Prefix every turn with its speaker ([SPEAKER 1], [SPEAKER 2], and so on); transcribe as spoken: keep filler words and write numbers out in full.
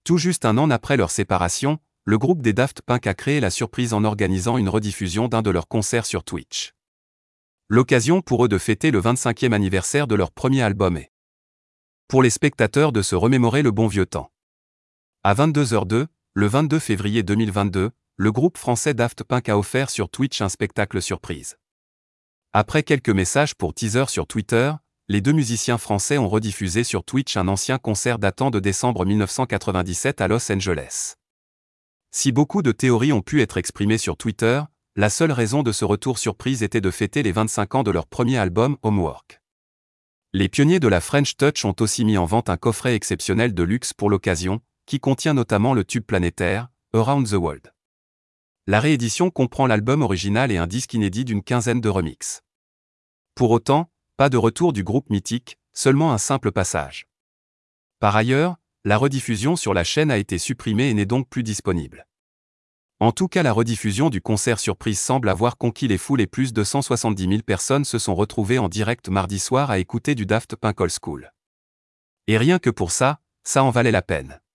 [SPEAKER 1] Tout juste un an après leur séparation, le groupe des Daft Punk a créé la surprise en organisant une rediffusion d'un de leurs concerts sur Twitch. L'occasion pour eux de fêter le vingt-cinquième anniversaire de leur premier album et pour les spectateurs de se remémorer le bon vieux temps. À vingt-deux heures deux, le vingt-deux février deux mille vingt-deux, le groupe français Daft Punk a offert sur Twitch un spectacle surprise. Après quelques messages pour teaser sur Twitter, les deux musiciens français ont rediffusé sur Twitch un ancien concert datant de décembre mille neuf cent quatre-vingt-dix-sept à Los Angeles. Si beaucoup de théories ont pu être exprimées sur Twitter, la seule raison de ce retour surprise était de fêter les vingt-cinq ans de leur premier album Homework. Les pionniers de la French Touch ont aussi mis en vente un coffret exceptionnel de luxe pour l'occasion, qui contient notamment le tube planétaire, Around the World. La réédition comprend l'album original et un disque inédit d'une quinzaine de remixes. Pour autant, pas de retour du groupe mythique, seulement un simple passage. Par ailleurs, la rediffusion sur la chaîne a été supprimée et n'est donc plus disponible. En tout cas, la rediffusion du concert surprise semble avoir conquis les foules et plus de cent soixante-dix mille personnes se sont retrouvées en direct mardi soir à écouter du Daft Punk Old School. Et rien que pour ça, ça en valait la peine.